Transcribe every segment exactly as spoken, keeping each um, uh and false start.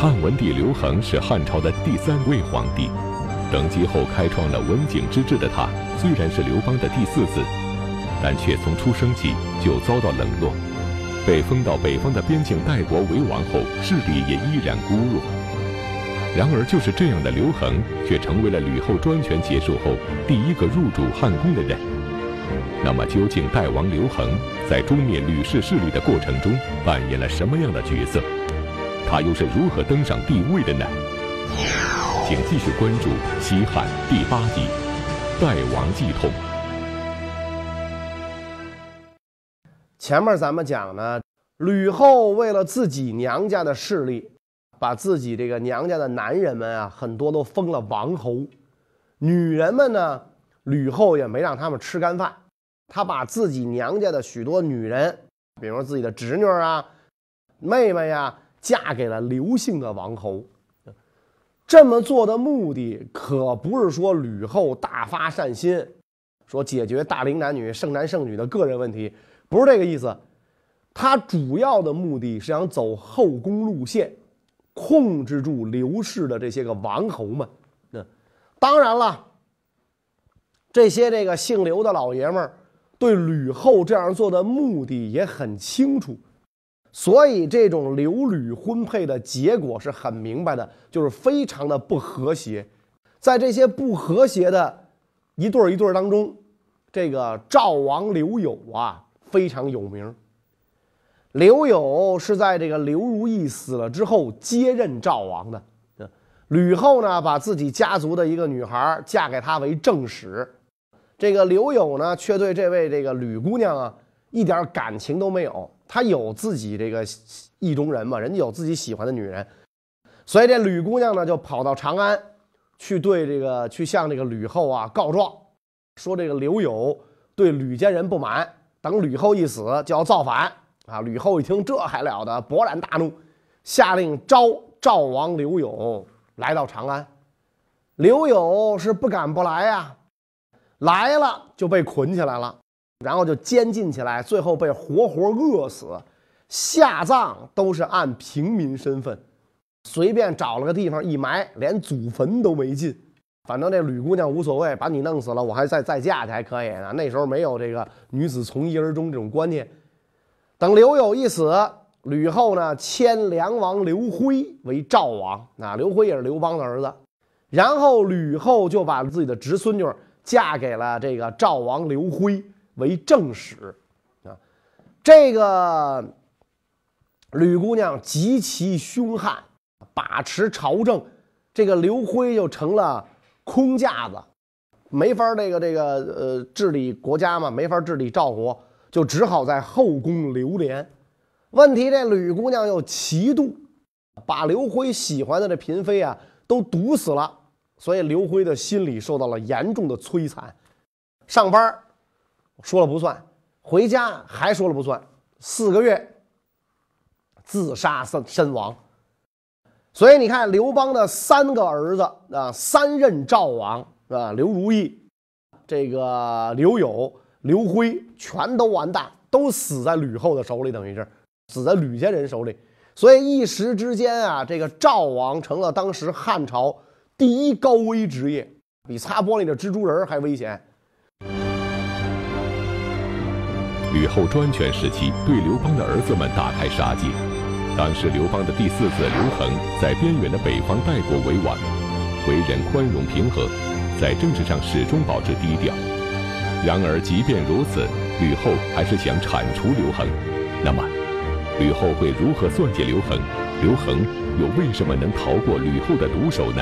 汉文帝刘恒是汉朝的第三位皇帝，登基后开创了文景之治的他，虽然是刘邦的第四子，但却从出生起就遭到冷落，被封到北方的边境代国为王后，势力也依然孤弱。然而，就是这样的刘恒，却成为了吕后专权结束后第一个入主汉宫的人。那么，究竟代王刘恒在诛灭吕氏势力的过程中扮演了什么样的角色？他又是如何登上帝位的呢？请继续关注《西汉》第八集《代王继统》。 前面咱们讲呢，吕后为了自己娘家的势力，把自己这个娘家的男人们啊，很多都封了王侯。女人们呢，吕后也没让他们吃干饭，她把自己娘家的许多女人，比如自己的侄女啊、妹妹呀、啊，嫁给了刘姓的王侯。这么做的目的可不是说吕后大发善心，说解决大龄男女、剩男剩女的个人问题，不是这个意思。她主要的目的是想走后宫路线，控制住刘氏的这些个王侯们。那当然了，这些这个姓刘的老爷们儿对吕后这样做的目的也很清楚，所以这种刘吕婚配的结果是很明白的，就是非常的不和谐。在这些不和谐的一对一对当中，这个赵王刘友啊非常有名。刘友是在这个刘如意死了之后接任赵王的。吕后呢，把自己家族的一个女孩嫁给他为正室。这个刘友呢，却对这位这个吕姑娘啊一点感情都没有。他有自己这个意中人嘛，人家有自己喜欢的女人，所以这吕姑娘呢就跑到长安去对这个去向这个吕后啊告状，说这个刘友对吕家人不满，等吕后一死就要造反啊！吕后一听这还了得，勃然大怒，下令召赵王刘友来到长安。刘友是不敢不来啊，来了就被捆起来了，然后就监禁起来，最后被活活饿死，下葬都是按平民身份，随便找了个地方一埋，连祖坟都没进。反正这吕姑娘无所谓，把你弄死了，我还再再嫁去还可以呢。那时候没有这个女子从一而终这种观念。等刘友一死，吕后呢迁梁王刘辉为赵王，那刘辉也是刘邦的儿子。然后吕后就把自己的侄孙女嫁给了这个赵王刘辉为正室啊。这个吕姑娘极其凶悍，把持朝政，这个刘辉就成了空架子，没法这个这个呃治理国家嘛，没法治理赵国，就只好在后宫流连。问题这吕姑娘又奇妒，把刘辉喜欢的这嫔妃啊都毒死了，所以刘辉的心理受到了严重的摧残。上班说了不算，回家还说了不算，四个月自杀身亡。所以你看，刘邦的三个儿子啊，三任赵王啊，刘如意、这个刘友、刘辉，全都完蛋，都死在吕后的手里，等于是死在吕家人手里。所以一时之间啊，这个赵王成了当时汉朝第一高危职业，比擦玻璃的蜘蛛人还危险。 吕后专权时期，对刘邦的儿子们大开杀戒。当时刘邦的第四子刘恒在边远的北方代国为王，为人宽容平和，在政治上始终保持低调。然而即便如此，吕后还是想铲除刘恒。那么吕后会如何算计刘恒？刘恒又为什么能逃过吕后的毒手呢？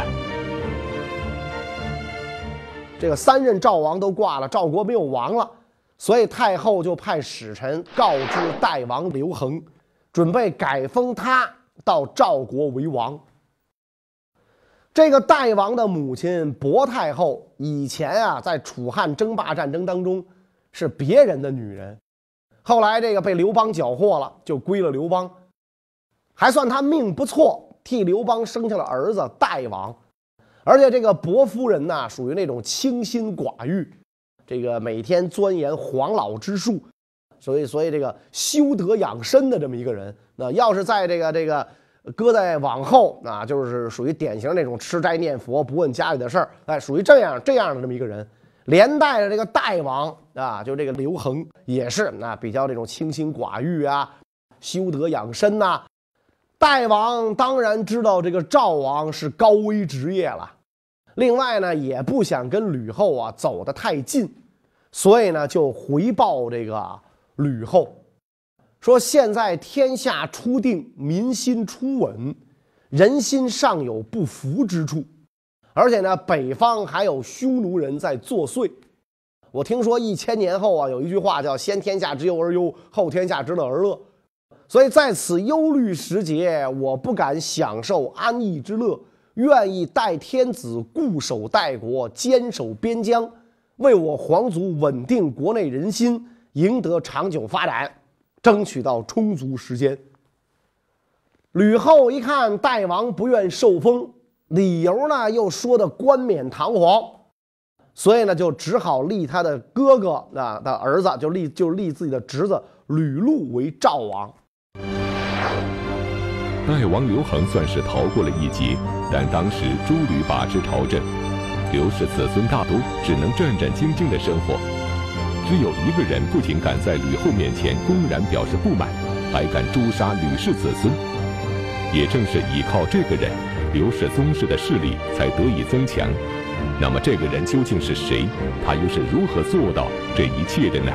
这个三任赵王都挂了，赵国没有王了，所以太后就派使臣告知代王刘恒，准备改封他到赵国为王。这个代王的母亲薄太后以前啊，在楚汉争霸战争当中是别人的女人，后来这个被刘邦缴获了，就归了刘邦，还算他命不错，替刘邦生下了儿子代王。而且这个薄夫人呢，属于那种清心寡欲，这个每天钻研黄老之术，所以所以这个修德养身的这么一个人。那要是在这个这个搁在往后啊，就是属于典型那种吃斋念佛不问家里的事儿，哎，属于这样这样的这么一个人。连带着这个代王啊，就这个刘恒也是啊，比较这种清心寡欲啊，修德养身呐、啊。代王当然知道这个赵王是高危职业了，另外呢也不想跟吕后啊走得太近，所以呢就回报这个吕后，说现在天下初定，民心初稳，人心尚有不服之处。而且呢，北方还有匈奴人在作祟。我听说一千年后啊，有一句话叫"先天下之忧而忧，后天下之乐而乐"。所以在此忧虑时节，我不敢享受安逸之乐，愿意代天子固守代国，坚守边疆，为我皇族稳定国内人心，赢得长久发展，争取到充足时间。吕后一看代王不愿受封，理由呢又说的冠冕堂皇，所以呢就只好立他的哥哥啊的儿子，就立就立自己的侄子吕禄为赵王。 代王刘恒算是逃过了一劫，但当时诸吕把持朝政，刘氏子孙大都只能战战兢兢的生活。只有一个人不仅敢在吕后面前公然表示不满，还敢诛杀吕氏子孙。也正是依靠这个人，刘氏宗室的势力才得以增强。那么这个人究竟是谁？他又是如何做到这一切的呢？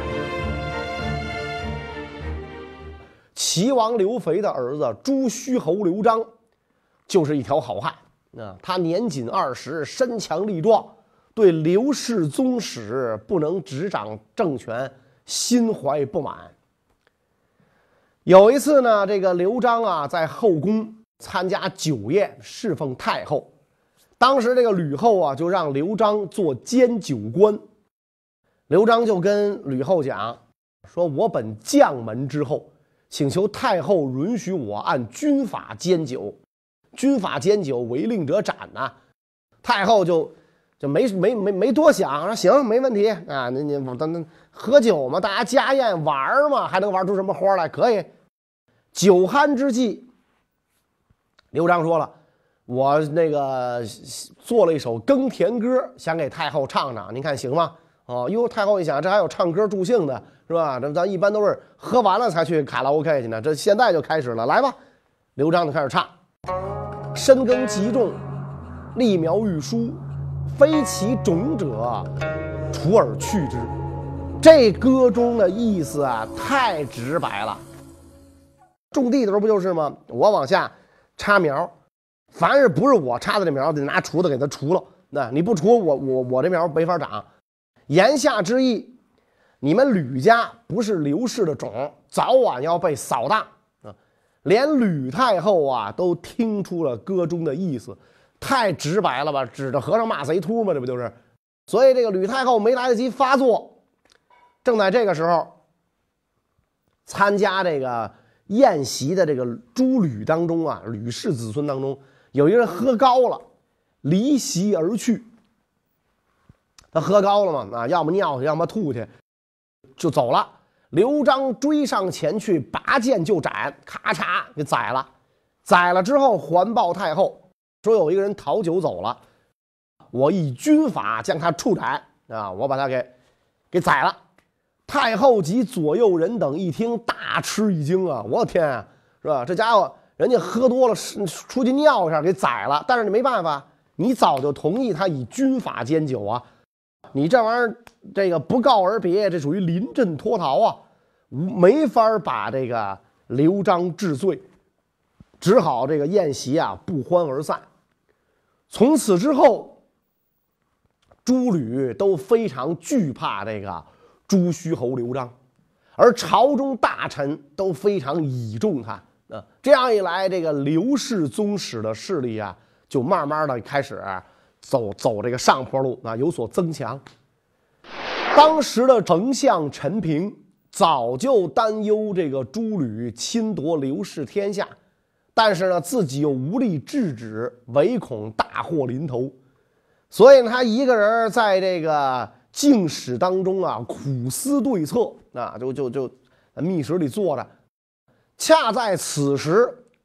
齐王刘肥的儿子朱虚侯刘璋就是一条好汉啊！他年仅二十，身强力壮，对刘氏宗室不能执掌政权心怀不满。有一次呢，这个刘璋啊在后宫参加酒宴，侍奉太后。当时这个吕后啊就让刘璋做监酒官。刘璋就跟吕后讲说：“我本将门之后，请求太后允许我按军法监酒，军法监酒，违令者斩呐、啊。”太后就就没没没没多想，说行，没问题啊，那你咱咱喝酒嘛，大家家宴玩嘛，还能玩出什么花来？可以。酒酣之际，刘璋说了：“我那个做了一首耕田歌，想给太后唱唱，您看行吗？”哦，哟，太后一想，这还有唱歌助兴的，是吧？这咱一般都是喝完了才去卡拉 OK 去呢，这现在就开始了，来吧！刘璋就开始唱：“深耕极重，立苗欲疏，非其种者，除而去之。”这歌中的意思啊，太直白了。种地的时候不就是吗？我往下插苗，凡是不是我插的这苗，得拿锄头给它锄了。那你不锄，我我我这苗没法长。言下之意，你们吕家不是刘氏的种，早晚要被扫荡啊！连吕太后啊都听出了歌中的意思，太直白了吧？指着和尚骂贼秃嘛，这不就是？所以这个吕太后没来得及发作，正在这个时候，参加这个宴席的这个诸吕当中啊，吕氏子孙当中有一个人喝高了，离席而去。他喝高了嘛，啊，要么尿去，要么吐去，就走了。刘璋追上前去，拔剑就斩，咔嚓给宰了。宰了之后还报太后，说有一个人讨酒走了，我以军法将他处斩啊，我把他给给宰了。太后及左右人等一听，大吃一惊啊！我的天啊，是吧？这家伙人家喝多了，出去尿一下给宰了，但是你没办法，你早就同意他以军法监酒啊。你这玩意儿，这个不告而别，这属于临阵脱逃啊，没法把这个刘璋治罪，只好这个宴席啊不欢而散。从此之后，诸吕都非常惧怕这个朱虚侯刘璋，而朝中大臣都非常倚重他啊。这样一来，这个刘氏宗室的势力啊，就慢慢的开始走走这个上坡路啊，有所增强。当时的丞相陈平早就担忧这个诸吕侵夺刘氏天下，但是呢，自己又无力制止，唯恐大祸临头，所以他一个人在这个静室当中啊，苦思对策啊，就就就密室里坐着。恰在此时，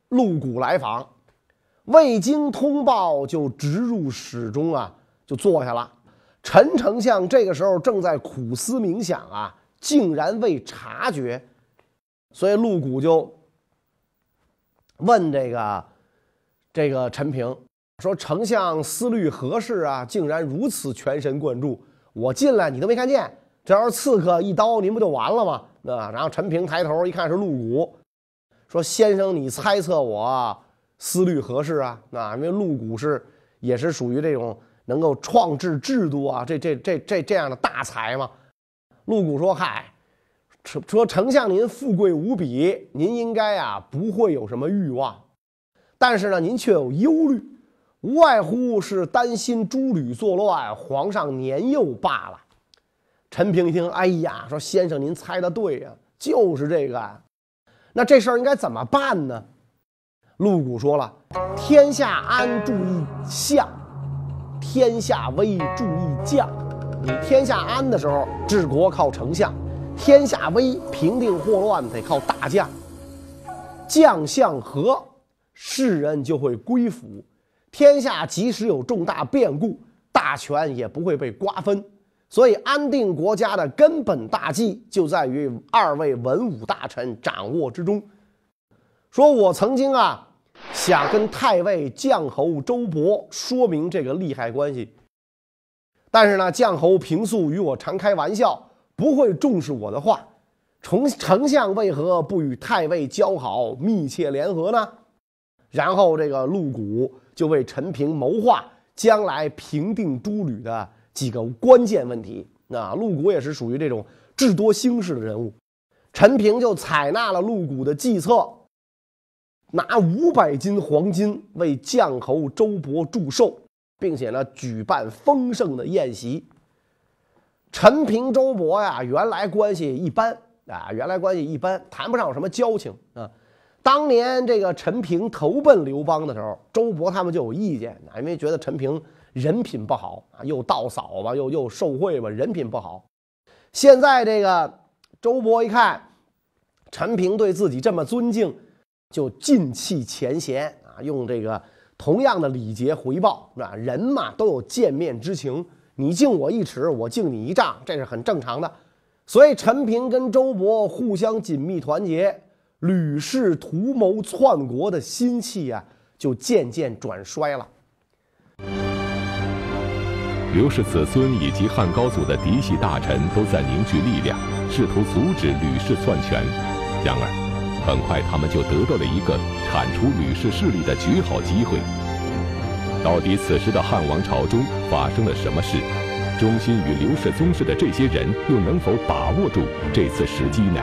陆贾来访，未经通报就直入室中啊，就坐下了。陈丞相这个时候正在苦思冥想啊，竟然未察觉，所以陆贾就问这个这个陈平说：“丞相思虑何事啊？竟然如此全神贯注，我进来你都没看见，这要是刺客一刀，您不就完了吗？”啊，然后陈平抬头一看是陆贾，说：“先生，你猜测我思虑何事啊？”啊，因为陆贾是也是属于这种能够创制制度啊，这这这这这样的大才嘛。陆贾说：“嗨，说丞相您富贵无比，您应该啊不会有什么欲望，但是呢，您却有忧虑，无外乎是担心诸吕作乱，皇上年幼罢了。”陈平一听，哎呀，说先生您猜的对呀、啊，就是这个、啊。那这事儿应该怎么办呢？陆贾说了：“天下安注意相，天下危注意将。你天下安的时候，治国靠丞相；天下危，平定祸乱得靠大将。将相和，世人就会归服。天下即使有重大变故，大权也不会被瓜分。所以安定国家的根本大计就在于二位文武大臣掌握之中。说我曾经啊想跟太尉绛侯周勃说明这个利害关系，但是呢，绛侯平素与我常开玩笑，不会重视我的话。丞丞相为何不与太尉交好，密切联合呢？”然后这个陆贾就为陈平谋划将来平定诸吕的几个关键问题。那陆贾也是属于这种智多星式的人物，陈平就采纳了陆贾的计策，拿五百斤黄金为绛侯周勃祝寿，并且呢举办丰盛的宴席。陈平、周勃呀，原来关系一般啊，原来关系一般，谈不上有什么交情啊。当年这个陈平投奔刘邦的时候，周勃他们就有意见啊，因为觉得陈平人品不好啊，又盗扫吧，又又受贿吧，人品不好。现在这个周勃一看陈平对自己这么尊敬，就尽弃前嫌啊，用这个同样的礼节回报啊。人嘛都有见面之情，你敬我一尺，我敬你一丈，这是很正常的。所以陈平跟周勃互相紧密团结，吕氏图谋篡国的心气啊，就渐渐转衰了。 刘氏子孙以及汉高祖的嫡系大臣都在凝聚力量，试图阻止吕氏篡权。然而，很快他们就得到了一个铲除吕氏势力的绝好机会。到底此时的汉王朝中发生了什么事？忠心于刘氏宗室的这些人又能否把握住这次时机呢？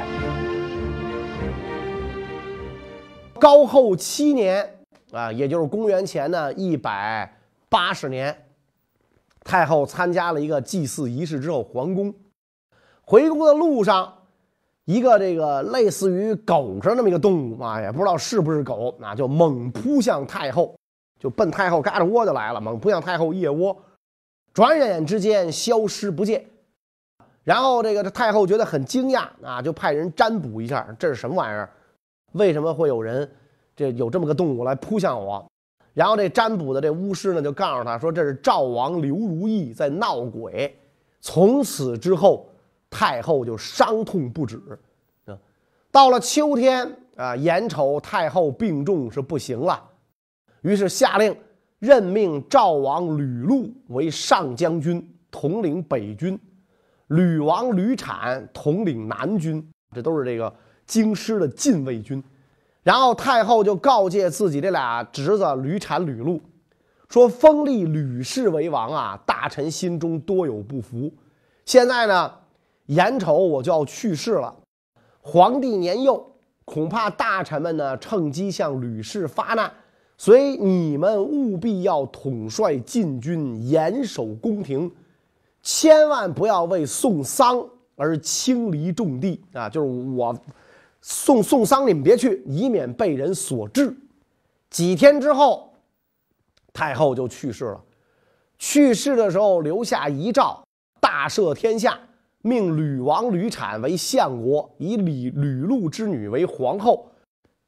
高后七年啊，也就是公元前呢一百八十年，太后参加了一个祭祀仪式之后还宫。回宫的路上，一个这个类似于狗似的那么一个动物啊，也不知道是不是狗啊，就猛扑向太后，就奔太后嘎吱窝就来了，猛扑向太后腋窝，转眼之间消失不见。然后这个太后觉得很惊讶啊，就派人占卜一下，这是什么玩意儿？为什么会有人这有这么个动物来扑向我？然后这占卜的这巫师呢，就告诉他说，这是赵王刘如意在闹鬼。从此之后，太后就伤痛不止。到了秋天啊，眼瞅太后病重是不行了，于是下令任命赵王吕禄为上将军，统领北军；吕王吕产统领南军，这都是这个京师的禁卫军。然后太后就告诫自己这俩侄子吕产、吕禄，说封立吕氏为王啊，大臣心中多有不服。现在呢，眼瞅我就要去世了，皇帝年幼，恐怕大臣们呢趁机向吕氏发难，所以你们务必要统帅禁军，严守宫廷，千万不要为送丧而轻离重地啊！就是我送送丧，你们别去，以免被人所制。几天之后，太后就去世了。去世的时候留下遗诏，大赦天下，命吕王吕产为相国，以吕吕禄之女为皇后，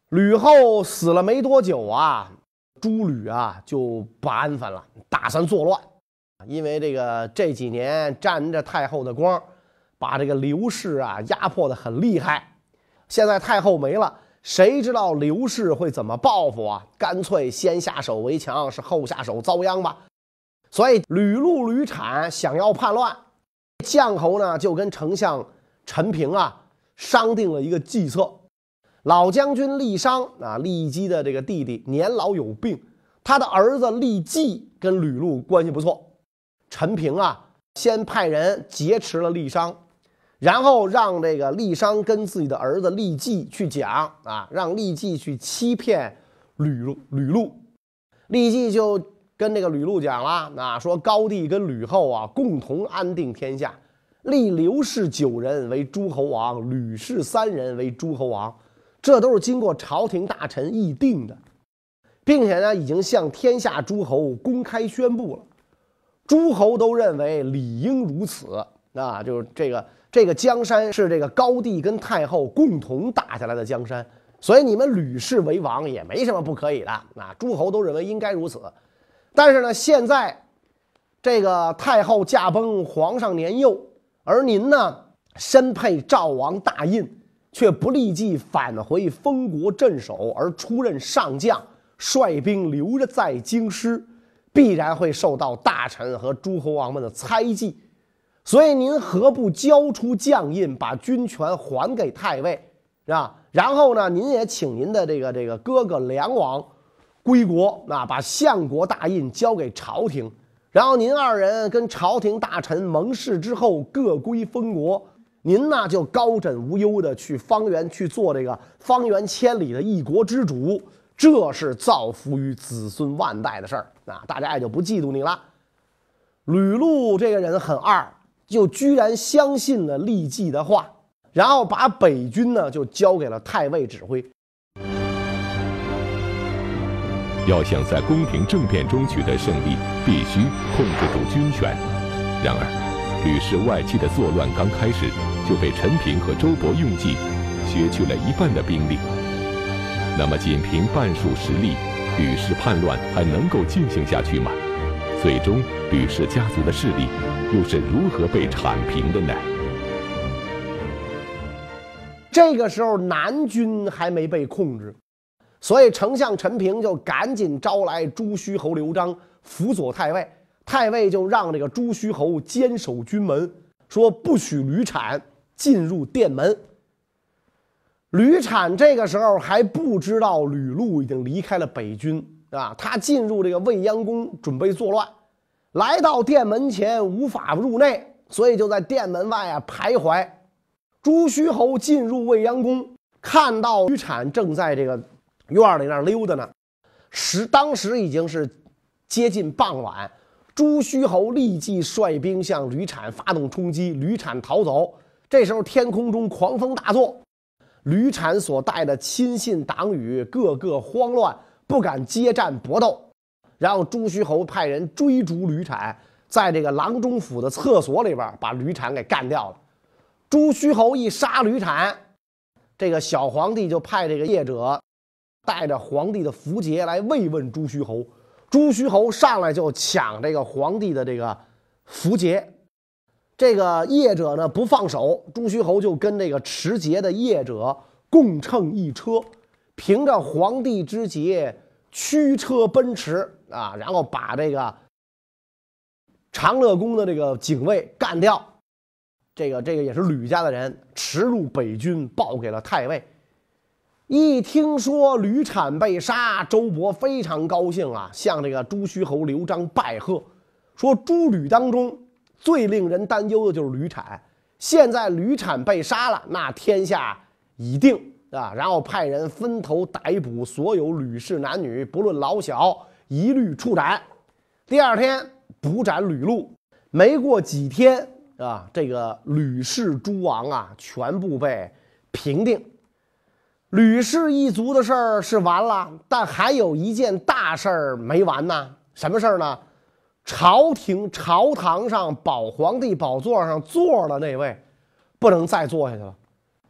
吕后死了没多久啊，诸吕啊就不安分了，打算作乱。因为这个这几年沾着太后的光，把这个刘氏啊压迫得很厉害。现在太后没了，谁知道刘氏会怎么报复啊？干脆先下手为强，是后下手遭殃吧。所以吕禄、吕产想要叛乱，将侯呢就跟丞相陈平啊商定了一个计策。老将军郦商啊，郦姬的这个弟弟年老有病，他的儿子郦季跟吕禄关系不错。陈平啊，先派人劫持了郦商，然后让这个郦商跟自己的儿子郦季去讲啊，让郦季去欺骗吕禄。吕禄，郦季就跟这个吕禄讲了啊，说高帝跟吕后啊共同安定天下，立刘氏九人为诸侯王，吕氏三人为诸侯王，这都是经过朝廷大臣议定的，并且呢已经向天下诸侯公开宣布了。诸侯都认为理应如此啊，就是这个这个江山是这个高帝跟太后共同打下来的江山，所以你们吕氏为王也没什么不可以的啊，诸侯都认为应该如此。但是呢，现在这个太后驾崩，皇上年幼，而您呢身配赵王大印，却不立即返回封国镇守，而出任上将，率兵留着在京师，必然会受到大臣和诸侯王们的猜忌，所以您何不交出将印，把军权还给太尉，是吧？然后呢，您也请您的这个这个哥哥梁王归国，啊，把相国大印交给朝廷，然后您二人跟朝廷大臣盟誓之后，各归封国。您呢就高枕无忧的去方圆去做这个方圆千里的一国之主。这是造福于子孙万代的事儿啊！大家也就不嫉妒你了。吕禄这个人很二，就居然相信了郦季的话，然后把北军呢就交给了太尉指挥。 要想在宫廷政变中取得胜利，必须控制住军权。然而，吕氏外戚的作乱刚开始，就被陈平和周勃用计削去了一半的兵力。那么仅凭半数实力，吕氏叛乱还能够进行下去吗？最终，吕氏家族的势力又是如何被铲平的呢？ 这个时候，南军还没被控制，所以丞相陈平就赶紧招来朱虚侯刘璋辅佐太尉，太尉就让这个朱虚侯坚守军门，说不许吕产进入殿门。吕产这个时候还不知道吕禄已经离开了北军啊，他进入这个未央宫准备作乱，来到殿门前无法入内，所以就在殿门外啊徘徊。朱虚侯进入未央宫，看到吕产正在这个院里那溜达呢，时当时已经是接近傍晚，朱虚侯立即率兵向吕产发动冲击，吕产逃走。这时候天空中狂风大作，吕产所带的亲信党羽个个慌乱，不敢接战搏斗。然后朱虚侯派人追逐吕产，在这个郎中府的厕所里边把吕产给干掉了。朱虚侯一杀吕产，这个小皇帝就派这个业者带着皇帝的符节来慰问朱虚侯。朱虚侯上来就抢这个皇帝的这个符节，这个业者呢不放手，朱虚侯就跟这个持节的业者共乘一车，凭着皇帝之节驱车奔驰啊，然后把这个长乐宫的这个警卫干掉。这个这个也是吕家的人，驰入北军，报给了太尉。一听说吕产被杀，周勃非常高兴啊，向这个朱虚侯刘璋拜贺，说诸吕当中最令人担忧的就是吕产，现在吕产被杀了，那天下已定啊！然后派人分头逮捕所有吕氏男女，不论老小，一律处斩。第二天捕斩吕禄，没过几天啊，这个吕氏诸王啊，全部被平定。吕氏一族的事儿是完了，但还有一件大事儿没完呢。什么事儿呢？朝廷朝堂上保皇帝宝座上坐的那位，不能再坐下去了。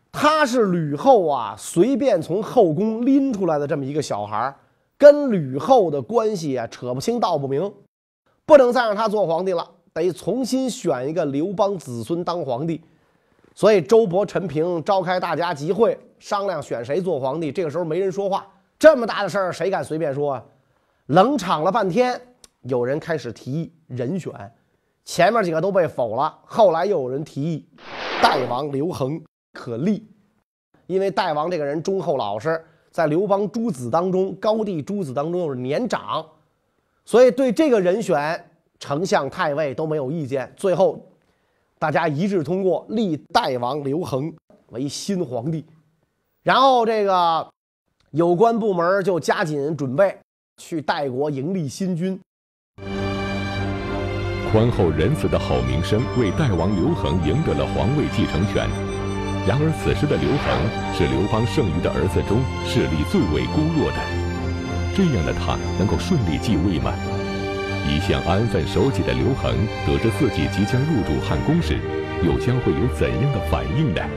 他是吕后啊随便从后宫拎出来的这么一个小孩，跟吕后的关系啊扯不清道不明，不能再让他做皇帝了，得重新选一个刘邦子孙当皇帝。所以周勃、陈平召开大家集会，商量选谁做皇帝。这个时候没人说话，这么大的事儿谁敢随便说啊？冷场了半天，有人开始提议人选，前面几个都被否了，后来又有人提议代王刘恒可立，因为代王这个人忠厚老实，在刘邦诸子当中，高帝诸子当中又是年长，所以对这个人选丞相、太尉都没有意见。最后大家一致通过立代王刘恒为新皇帝，然后这个有关部门就加紧准备去代国迎立新君。 宽厚仁慈的好名声为代王刘恒赢得了皇位继承权。然而此时的刘恒是刘邦剩余的儿子中势力最为孤弱的，这样的他能够顺利继位吗？一向安分守己的刘恒得知自己即将入主汉宫时，又将会有怎样的反应呢？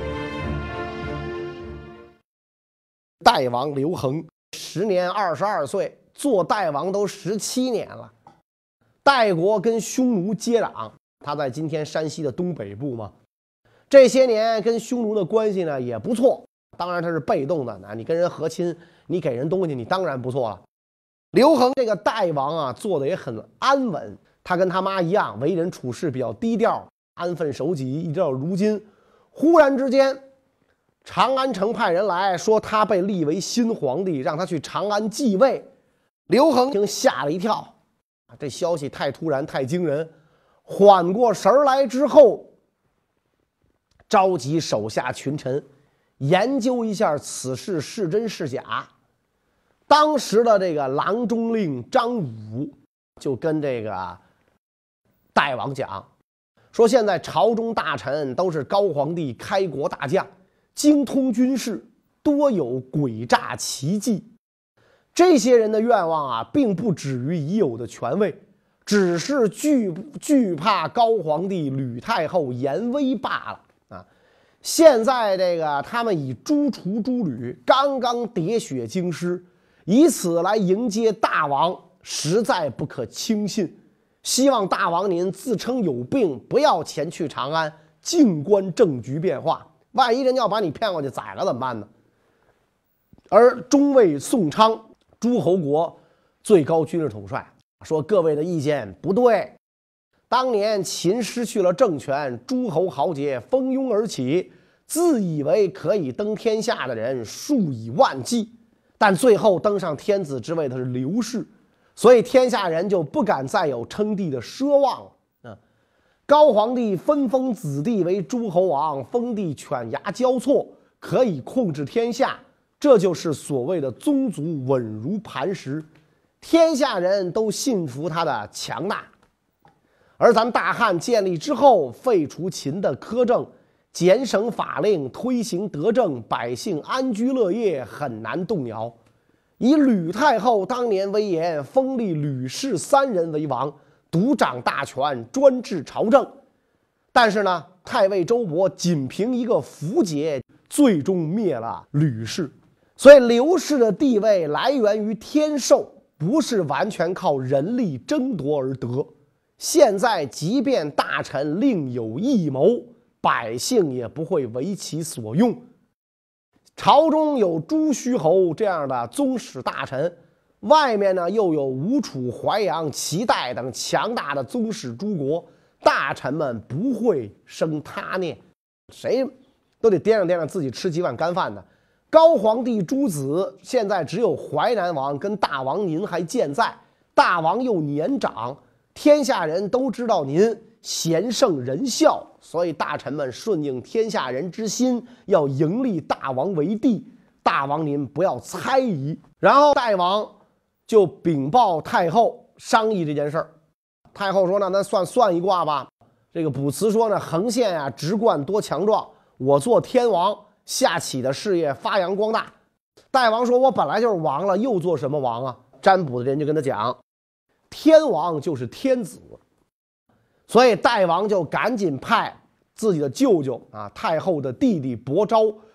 代王刘恒时年二十二岁，做代王都十七年了。代国跟匈奴接壤，他在今天山西的东北部嘛。这些年跟匈奴的关系呢也不错，当然他是被动的，那你跟人和亲，你给人东西，你当然不错了。刘恒这个代王啊，做的也很安稳，他跟他妈一样，为人处事比较低调，安分守己，一直到如今。忽然之间，长安城派人来说他被立为新皇帝，让他去长安继位。刘恒听吓了一跳，这消息太突然，太惊人。缓过神来之后，召集手下群臣研究一下此事是真是假。当时的这个郎中令张武就跟这个代王讲说，现在朝中大臣都是高皇帝开国大将，精通军事，多有诡诈奇计。这些人的愿望啊，并不止于已有的权位，只是惧惧怕高皇帝吕太后严威罢了啊！现在这个他们以诛除诸吕，刚刚喋血京师，以此来迎接大王，实在不可轻信。希望大王您自称有病，不要前去长安，静观政局变化。万一人要把你骗过去宰了怎么办呢？而中尉宋昌，诸侯国最高军事统帅，说各位的意见不对。当年秦失去了政权，诸侯豪杰蜂拥而起，自以为可以登天下的人数以万计，但最后登上天子之位的是刘氏，所以天下人就不敢再有称帝的奢望了。啊，高皇帝分封子弟为诸侯王，封地犬牙交错，可以控制天下，这就是所谓的宗族稳如磐石，天下人都信服他的强大。而咱大汉建立之后，废除秦的苛政，简省法令，推行德政，百姓安居乐业，很难动摇。以吕太后当年威严，封立吕氏三人为王，独掌大权，专制朝政。但是呢，太尉周勃仅凭一个符节，最终灭了吕氏。所以刘氏的地位来源于天授，不是完全靠人力争夺而得。现在即便大臣另有异谋，百姓也不会为其所用。朝中有朱虚侯这样的宗室大臣，外面呢又有吴楚、淮阳、齐代等强大的宗室诸国，大臣们不会生他念，谁都得掂量掂量自己吃几碗干饭的。高皇帝诸子现在只有淮南王跟大王您还健在，大王又年长，天下人都知道您贤圣仁孝，所以大臣们顺应天下人之心，要迎立大王为帝。大王您不要猜疑。然后代王就禀报太后商议这件事儿。太后说呢，那算算一卦吧。这个卜辞说呢，横线啊直贯多强壮，我做天王，下启的事业发扬光大。代王说，我本来就是王了，又做什么王啊？占卜的人就跟他讲，天王就是天子。所以代王就赶紧派自己的舅舅啊，太后的弟弟伯昭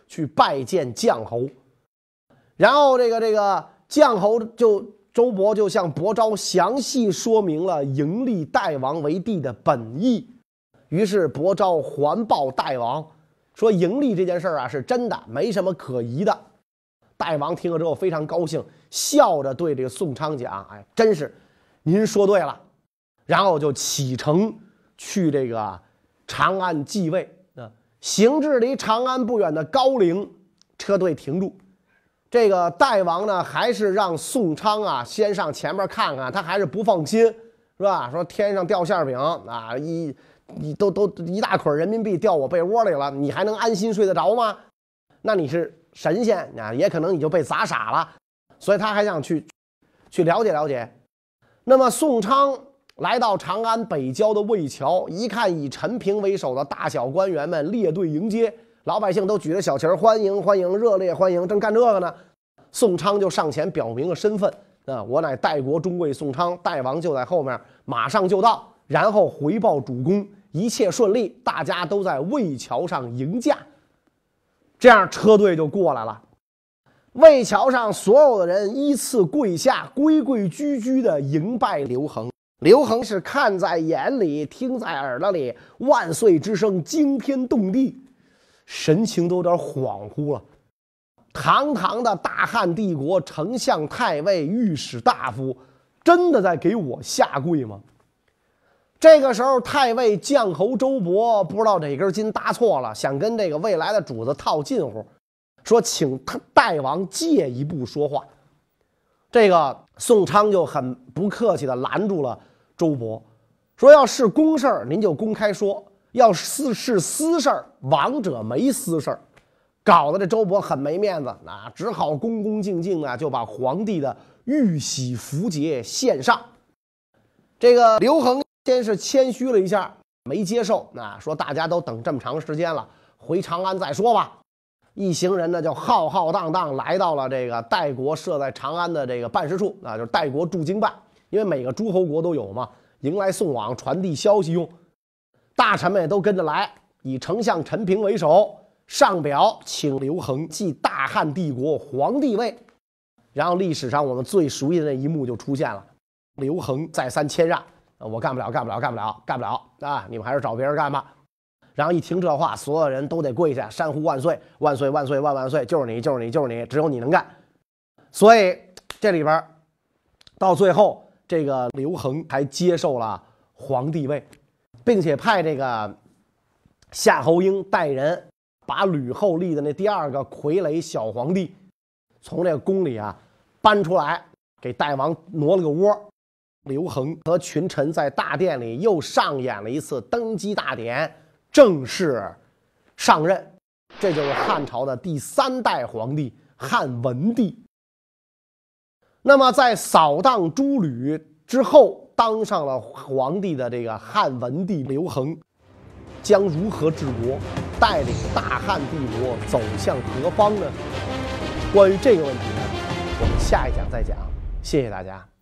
去拜见绛侯。然后这个这个绛侯就周勃就向伯昭详细说明了迎立代王为帝的本意。于是伯昭还报代王说，迎立这件事啊是真的，没什么可疑的。代王听了之后非常高兴，笑着对这个宋昌讲：“哎，真是您说对了。”然后就启程去这个长安继位。啊，行至离长安不远的高陵，车队停住。这个代王呢，还是让宋昌啊先上前面看看，他还是不放心，是吧？说天上掉馅饼啊，一一都都一大捆人民币掉我被窝里了，你还能安心睡得着吗？那你是神仙啊，也可能你就被砸傻了。所以他还想去去了解了解。那么宋昌来到长安北郊的魏桥，一看以陈平为首的大小官员们列队迎接，老百姓都举着小旗儿欢迎欢迎，热烈欢迎，正干这个呢，宋昌就上前表明了身份啊，我乃代国中尉宋昌，代王就在后面，马上就到，然后回报主公，一切顺利，大家都在魏桥上迎驾。这样车队就过来了。魏桥上所有的人依次跪下，规规矩矩地迎拜刘恒。刘恒是看在眼里，听在耳朵里，万岁之声惊天动地，神情都有点恍惚了。堂堂的大汉帝国丞相、太尉、御史大夫，真的在给我下跪吗？这个时候，太尉绛侯周勃不知道哪根筋搭错了，想跟这个未来的主子套近乎，说请代王借一步说话。这个宋昌就很不客气地拦住了周勃，说要是公事儿您就公开说，要是是私事儿，王者没私事儿。搞得这周勃很没面子啊，只好恭恭敬敬啊就把皇帝的玉玺符节献上。这个刘恒先是谦虚了一下，没接受，啊，说大家都等这么长时间了，回长安再说吧。一行人呢就浩浩荡荡来到了这个代国设在长安的这个办事处啊，就是代国驻京办，因为每个诸侯国都有嘛，迎来送往，传递消息用。大臣们也都跟着来，以丞相陈平为首，上表请刘恒继大汉帝国皇帝位。然后历史上我们最熟悉的那一幕就出现了，刘恒再三谦让，我干不了，干不了，干不了，干不了啊！你们还是找别人干吧。然后一听这话，所有人都得跪下，山呼万岁，万岁，万岁，万万岁！就是你，就是你，就是你，只有你能干。所以这里边到最后，这个刘恒还接受了皇帝位，并且派这个夏侯婴带人把吕后立的那第二个傀儡小皇帝从这个宫里啊搬出来，给代王挪了个窝。刘恒和群臣在大殿里又上演了一次登基大典，正式上任。这就是汉朝的第三代皇帝汉文帝。那么在扫荡诸吕之后，当上了皇帝的这个汉文帝刘恒将如何治国，带领大汉帝国走向何方呢？关于这个问题呢，我们下一讲再讲。谢谢大家。